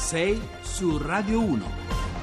6 su Radio 1.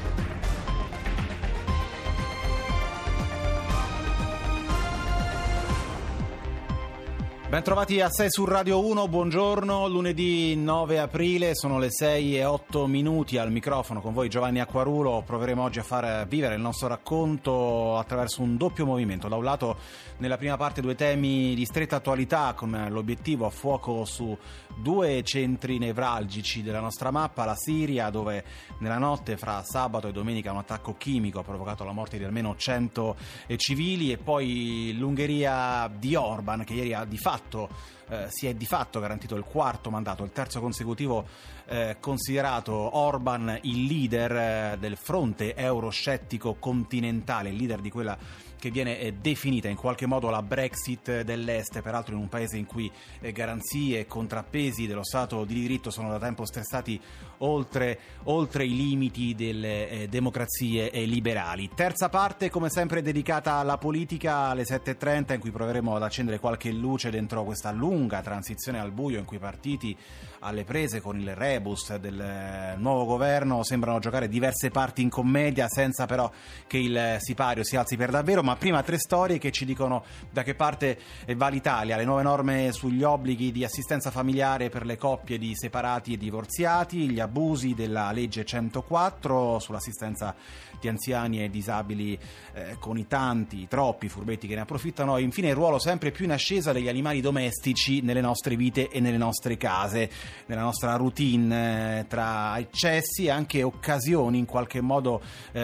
Bentrovati a 6 su Radio 1, buongiorno, lunedì 9 aprile, sono le 6:08 al microfono con voi Giovanni Acquarulo. Proveremo oggi a far vivere il nostro racconto attraverso un doppio movimento. Da un lato, nella prima parte, due temi di stretta attualità con l'obiettivo a fuoco su due centri nevralgici della nostra mappa, la Siria, dove nella notte fra sabato e domenica un attacco chimico ha provocato la morte di almeno 100 civili, e poi l'Ungheria di Orban, che ieri si è di fatto garantito il quarto mandato, il terzo consecutivo, considerato Orban il leader del fronte euroscettico continentale, il leader di quella che viene definita in qualche modo la Brexit dell'Est, peraltro in un paese in cui garanzie e contrappesi dello Stato di diritto sono da tempo stressati oltre i limiti delle democrazie liberali. Terza parte, come sempre, dedicata alla politica, alle 7:30, in cui proveremo ad accendere qualche luce dentro questa lunga transizione al buio in cui i partiti, alle prese con il rebus del nuovo governo, sembrano giocare diverse parti in commedia senza però che il sipario si alzi per davvero. Ma prima tre storie che ci dicono da che parte va l'Italia: le nuove norme sugli obblighi di assistenza familiare per le coppie di separati e divorziati, gli abusi della legge 104 sull'assistenza di anziani e disabili, con i troppi furbetti che ne approfittano, e infine il ruolo sempre più in ascesa degli animali domestici nelle nostre vite e nelle nostre case, nella nostra routine, tra eccessi e anche occasioni in qualche modo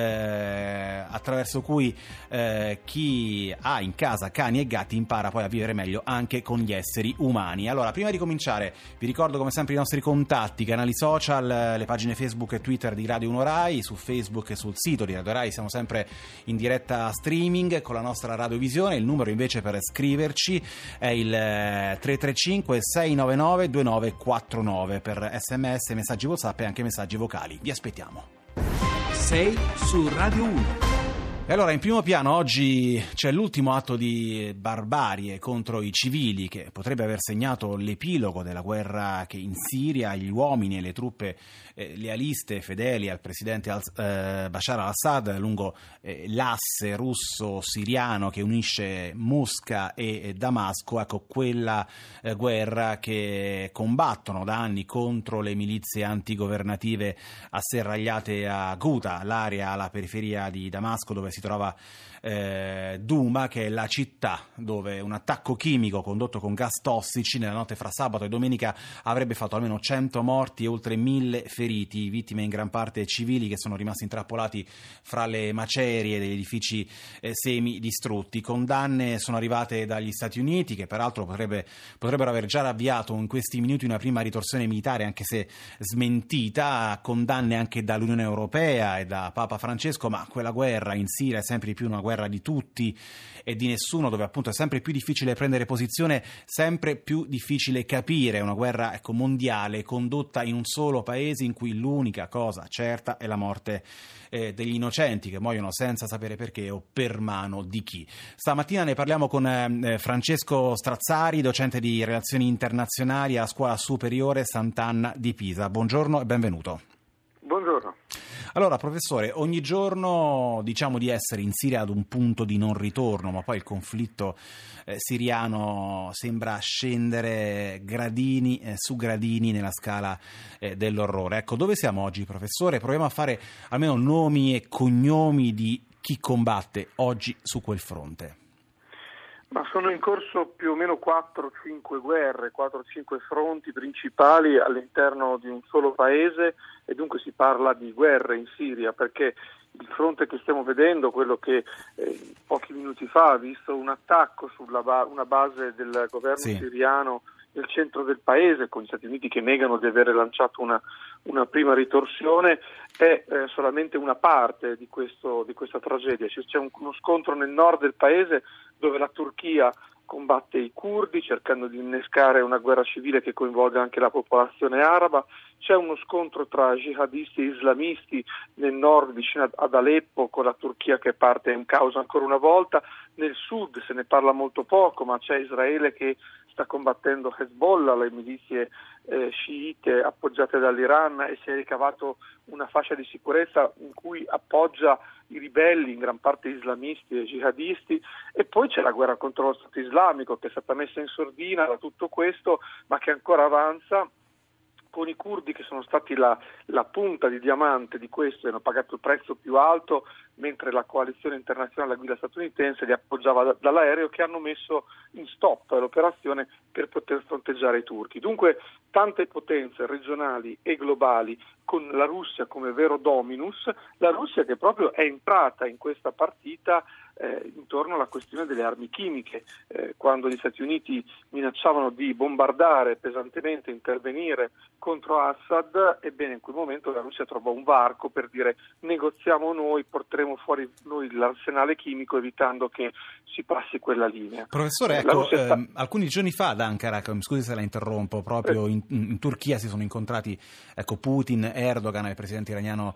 attraverso cui chi ha in casa cani e gatti impara poi a vivere meglio anche con gli esseri umani. Allora, prima di cominciare vi ricordo come sempre i nostri contatti, canali social, le pagine Facebook e Twitter di Radio 1 Rai, su Facebook e sul sito di Radio Rai siamo sempre in diretta streaming con la nostra radiovisione. Il numero invece per scriverci è il 335 699 2949 per SMS, messaggi WhatsApp e anche messaggi vocali. Vi aspettiamo. 6 su Radio 1. E allora, in primo piano oggi c'è l'ultimo atto di barbarie contro i civili che potrebbe aver segnato l'epilogo della guerra che in Siria gli uomini e le truppe lealiste fedeli al presidente Bashar al-Assad lungo l'asse russo-siriano che unisce Mosca e Damasco. Ecco, quella guerra che combattono da anni contro le milizie antigovernative asserragliate a Ghouta, l'area alla periferia di Damasco dove si trova Douma, che è la città dove un attacco chimico condotto con gas tossici nella notte fra sabato e domenica avrebbe fatto almeno 100 morti e oltre 1000 feriti, vittime in gran parte civili che sono rimasti intrappolati fra le macerie degli edifici semi-distrutti. Condanne sono arrivate dagli Stati Uniti, che peraltro potrebbero aver già avviato in questi minuti una prima ritorsione militare, anche se smentita, condanne anche dall'Unione Europea e da Papa Francesco, ma quella guerra in Siria è sempre di più una guerra di tutti e di nessuno, dove appunto è sempre più difficile prendere posizione, sempre più difficile capire. Una guerra mondiale condotta in un solo paese in cui l'unica cosa certa è la morte degli innocenti che muoiono senza sapere perché o per mano di chi. Stamattina ne parliamo con Francesco Strazzari, docente di relazioni internazionali alla Scuola Superiore Sant'Anna di Pisa. Buongiorno e benvenuto. Buongiorno. Allora, professore, ogni giorno diciamo di essere in Siria ad un punto di non ritorno, ma poi il conflitto siriano sembra scendere gradini su gradini nella scala dell'orrore. Ecco, dove siamo oggi, professore? Proviamo a fare almeno nomi e cognomi di chi combatte oggi su quel fronte. Ma sono in corso più o meno 4-5 guerre, 4-5 fronti principali all'interno di un solo paese, e dunque si parla di guerre in Siria, perché il fronte che stiamo vedendo, quello che pochi minuti fa ha visto un attacco sulla una base del governo siriano nel centro del paese, con gli Stati Uniti che negano di aver lanciato una prima ritorsione, è solamente una parte di questa tragedia. C'è uno scontro nel nord del paese dove la Turchia combatte i curdi cercando di innescare una guerra civile che coinvolga anche la popolazione araba. C'è uno scontro tra jihadisti e islamisti nel nord vicino ad Aleppo, con la Turchia che parte in causa ancora una volta. Nel sud se ne parla molto poco, ma c'è Israele che sta combattendo Hezbollah, le milizie sciite appoggiate dall'Iran, e si è ricavato una fascia di sicurezza in cui appoggia i ribelli, in gran parte islamisti e jihadisti, e poi c'è la guerra contro lo Stato islamico, che è stata messa in sordina da tutto questo, ma che ancora avanza, con i curdi che sono stati la punta di diamante di questo e hanno pagato il prezzo più alto, mentre la coalizione internazionale a guida statunitense li appoggiava dall'aereo, che hanno messo in stop l'operazione per poter fronteggiare i turchi. Dunque tante potenze regionali e globali, con la Russia come vero dominus, la Russia che proprio è entrata in questa partita intorno alla questione delle armi chimiche, quando gli Stati Uniti minacciavano di bombardare pesantemente, intervenire contro Assad, ebbene in quel momento la Russia trovò un varco per dire: negoziamo noi, porteremo fuori noi l'arsenale chimico evitando che si passi quella linea. Professore, alcuni giorni fa ad Ankara, scusi se la interrompo, proprio in Turchia si sono incontrati Putin, Erdogan e il presidente iraniano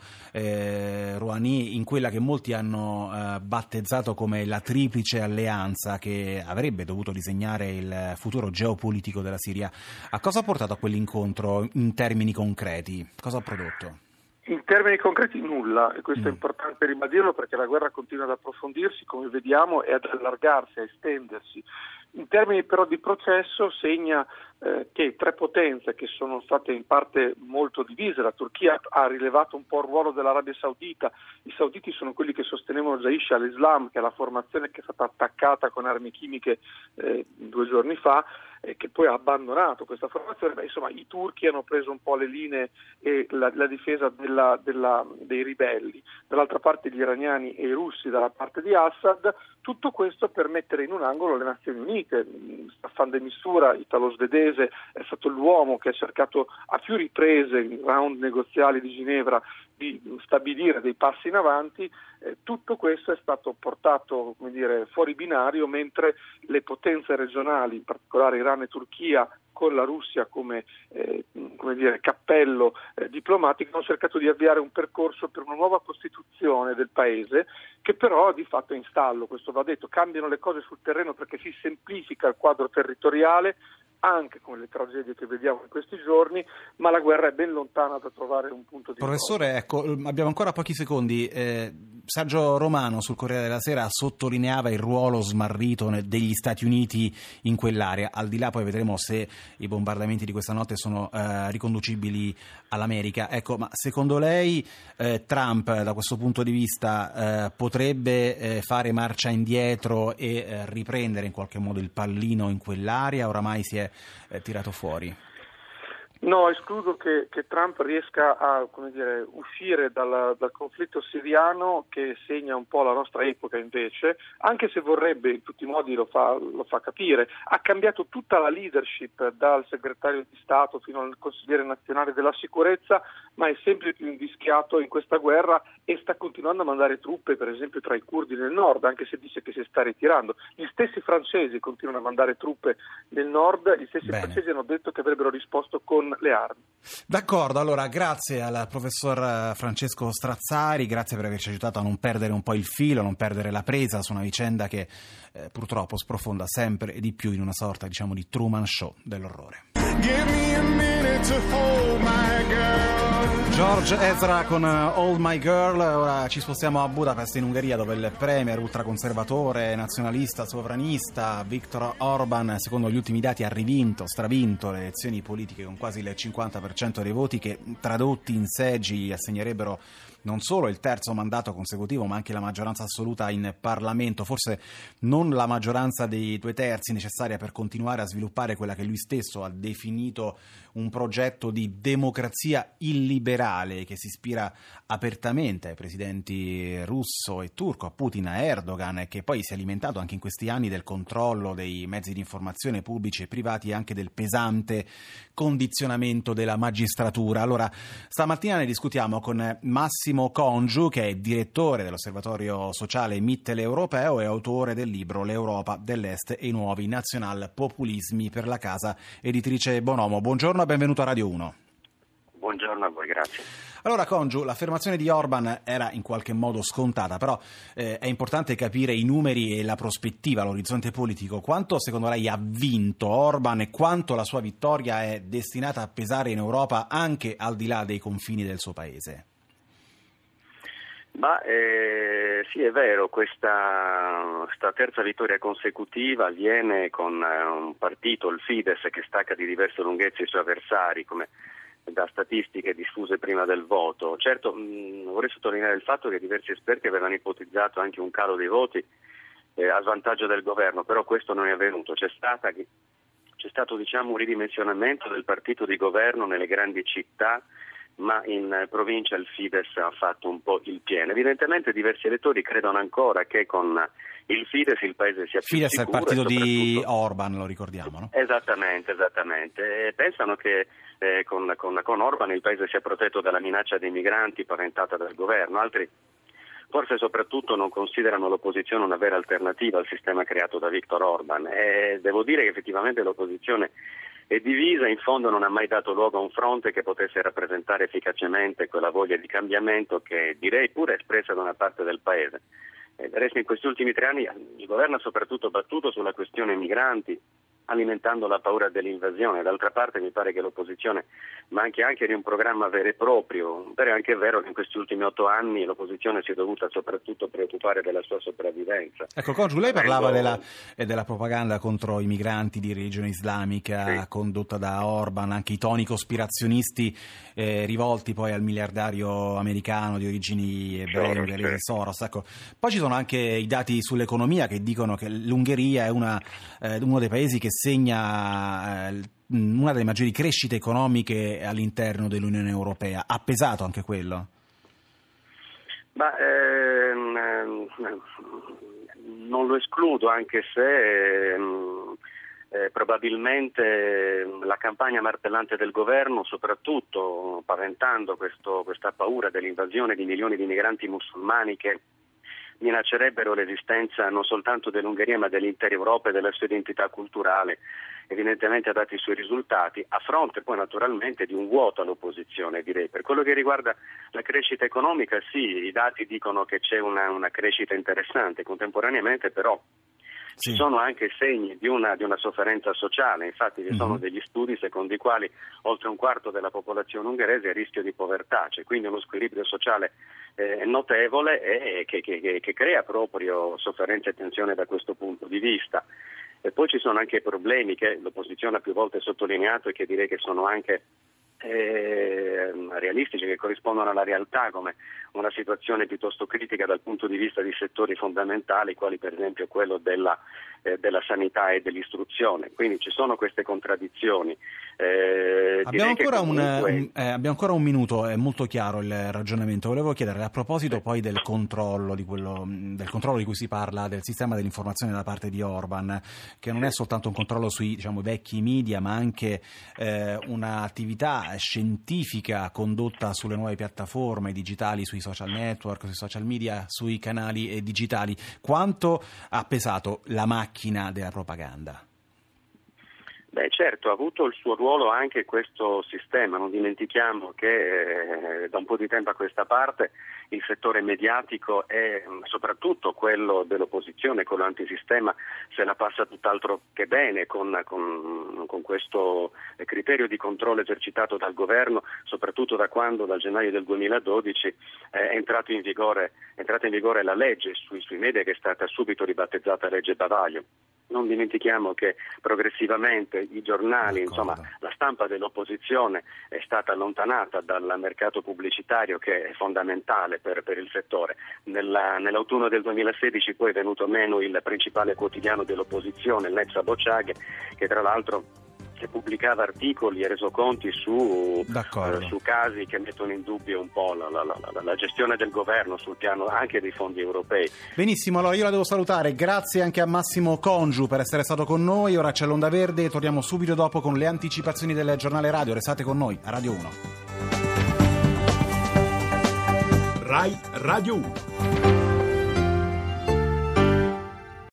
Rouhani, in quella che molti hanno battezzato come la triplice alleanza che avrebbe dovuto disegnare il futuro geopolitico della Siria. A cosa ha portato a quell'incontro in termini concreti? Cosa ha prodotto? In termini concreti nulla, e questo è importante ribadirlo perché la guerra continua ad approfondirsi, come vediamo, e ad allargarsi, a estendersi. In termini però di processo segna che tre potenze che sono state in parte molto divise, la Turchia ha rilevato un po' il ruolo dell'Arabia Saudita, i sauditi sono quelli che sostenevano Jaish al-Islam, che è la formazione che è stata attaccata con armi chimiche 2 giorni fa, che poi ha abbandonato questa formazione. Insomma, i turchi hanno preso un po' le linee e la difesa dei ribelli, dall'altra parte gli iraniani e i russi dalla parte di Assad. Tutto questo per mettere in un angolo le Nazioni Unite. Staffan de Mistura, italo-svedese, è stato l'uomo che ha cercato a più riprese in round negoziali di Ginevra di stabilire dei passi in avanti. Tutto questo è stato portato, fuori binario, mentre le potenze regionali, in particolare Iran e Turchia, con la Russia come cappello diplomatico, hanno cercato di avviare un percorso per una nuova costituzione del paese, che però di fatto è in stallo. Questo va detto, cambiano le cose sul terreno perché si semplifica il quadro territoriale, anche con le tragedie che vediamo in questi giorni, ma la guerra è ben lontana da trovare un punto di Professore, abbiamo ancora pochi secondi. Sergio Romano sul Corriere della Sera sottolineava il ruolo smarrito degli Stati Uniti in quell'area. Al di là poi vedremo se i bombardamenti di questa notte sono riconducibili all'America. Ma secondo lei Trump da questo punto di vista potrebbe fare marcia indietro e riprendere in qualche modo il pallino in quell'area? Oramai si è tirato fuori. No, escludo che Trump riesca a uscire dal conflitto siriano, che segna un po' la nostra epoca invece, anche se vorrebbe, in tutti i modi lo fa capire. Ha cambiato tutta la leadership, dal segretario di Stato fino al consigliere nazionale della sicurezza, ma è sempre più invischiato in questa guerra e sta continuando a mandare truppe, per esempio tra i curdi nel nord, anche se dice che si sta ritirando. Gli stessi francesi continuano a mandare truppe nel nord, gli stessi francesi hanno detto che avrebbero risposto con le armi. D'accordo, allora grazie al professor Francesco Strazzari, grazie per averci aiutato a non perdere un po' il filo, a non perdere la presa su una vicenda che purtroppo sprofonda sempre di più in una sorta di Truman Show dell'orrore. George Ezra con All My Girl. Ora ci spostiamo a Budapest in Ungheria, dove il premier ultraconservatore, nazionalista, sovranista Viktor Orban, secondo gli ultimi dati, ha stravinto le elezioni politiche con quasi il 50% dei voti, che tradotti in seggi gli assegnerebbero non solo il terzo mandato consecutivo, ma anche la maggioranza assoluta in Parlamento, forse non la maggioranza dei 2/3 necessaria per continuare a sviluppare quella che lui stesso ha definito un progetto di democrazia illiberale che si ispira apertamente ai presidenti russo e turco, a Putin, a Erdogan, e che poi si è alimentato anche in questi anni del controllo dei mezzi di informazione pubblici e privati e anche del pesante condizionamento della magistratura. Allora, stamattina ne discutiamo con Massimo Congiu, che è direttore dell'Osservatorio Sociale Mitteleuropeo e autore del libro L'Europa dell'Est e i nuovi nazionalpopulismi, per la casa editrice Bonomo. Buongiorno e benvenuto a Radio 1. Buongiorno a voi, grazie. Allora, Congiu, l'affermazione di Orban era in qualche modo scontata, però è importante capire i numeri e la prospettiva, l'orizzonte politico. Quanto secondo lei ha vinto Orban e quanto la sua vittoria è destinata a pesare in Europa anche al di là dei confini del suo paese? Sì, è vero, questa terza vittoria consecutiva avviene con un partito, il Fidesz, che stacca di diverse lunghezze i suoi avversari, come da statistiche diffuse prima del voto. Certo, vorrei sottolineare il fatto che diversi esperti avevano ipotizzato anche un calo dei voti a svantaggio del governo, però questo non è avvenuto. C'è stato un ridimensionamento del partito di governo nelle grandi città, ma in provincia il Fidesz ha fatto un po' il pieno. Evidentemente diversi elettori credono ancora che con il Fidesz il paese sia più Fidesz sicuro. Fidesz è il partito di Orban, lo ricordiamo, no? Esattamente. Pensano che con Orban il paese sia protetto dalla minaccia dei migranti paventata dal governo. Altri forse soprattutto non considerano l'opposizione una vera alternativa al sistema creato da Viktor Orban. E devo dire che effettivamente l'opposizione è divisa, in fondo non ha mai dato luogo a un fronte che potesse rappresentare efficacemente quella voglia di cambiamento che direi pure espressa da una parte del paese. Del resto in questi ultimi 3 anni il governo ha soprattutto battuto sulla questione migranti, alimentando la paura dell'invasione. D'altra parte mi pare che l'opposizione manchi anche di un programma vero e proprio, però è anche vero che in questi ultimi 8 anni l'opposizione si è dovuta soprattutto preoccupare della sua sopravvivenza. Ecco, Congiu, lei parlava della propaganda contro i migranti di religione islamica, sì, condotta da Orban, anche i toni cospirazionisti rivolti poi al miliardario americano di origini ebree, Soros. Ecco. Poi ci sono anche i dati sull'economia che dicono che l'Ungheria è uno dei paesi che segna una delle maggiori crescite economiche all'interno dell'Unione Europea. Ha pesato anche quello? Non lo escludo, anche se probabilmente la campagna martellante del governo, soprattutto paventando questa paura dell'invasione di milioni di migranti musulmani che minaccerebbero l'esistenza non soltanto dell'Ungheria ma dell'intera Europa e della sua identità culturale, evidentemente ha dato i suoi risultati, a fronte poi naturalmente di un vuoto all'opposizione, direi. Per quello che riguarda la crescita economica, sì, i dati dicono che c'è una crescita interessante, contemporaneamente però ci sono anche segni di una sofferenza sociale. Infatti vi sono degli studi secondo i quali oltre un quarto della popolazione ungherese è a rischio di povertà, c'è quindi uno squilibrio sociale notevole e che crea proprio sofferenza e tensione da questo punto di vista. E poi ci sono anche problemi che l'opposizione ha più volte sottolineato e che direi che sono anche realistici, che corrispondono alla realtà, come una situazione piuttosto critica dal punto di vista di settori fondamentali quali per esempio quello della sanità e dell'istruzione. Quindi ci sono queste contraddizioni. Abbiamo ancora un minuto, è molto chiaro il ragionamento. Volevo chiedere a proposito poi del controllo di cui si parla, del sistema dell'informazione da parte di Orban, che non è soltanto un controllo sui vecchi media, ma anche un'attività scientifica condotta sulle nuove piattaforme digitali, sui social network, sui social media, sui canali digitali. Quanto ha pesato la macchina della propaganda? Certo, ha avuto il suo ruolo anche questo sistema. Non dimentichiamo che da un po' di tempo a questa parte il settore mediatico e soprattutto quello dell'opposizione, quello antisistema, se la passa tutt'altro che bene con questo criterio di controllo esercitato dal governo, soprattutto da quando dal gennaio del 2012 è entrata in vigore la legge sui media, che è stata subito ribattezzata legge Bavaglio. Non dimentichiamo che progressivamente i giornali, la stampa dell'opposizione è stata allontanata dal mercato pubblicitario, che è fondamentale per il settore. Nell'autunno del 2016 poi è venuto meno il principale quotidiano dell'opposizione, il Nexa Bocciaghe, che tra l'altro pubblicava articoli e resoconti su casi che mettono in dubbio un po' la gestione del governo sul piano anche dei fondi europei. Benissimo, allora io la devo salutare. Grazie anche a Massimo Congiu per essere stato con noi. Ora c'è l'Onda Verde, torniamo subito dopo con le anticipazioni del giornale radio. Restate con noi a Radio 1. Rai Radio 1.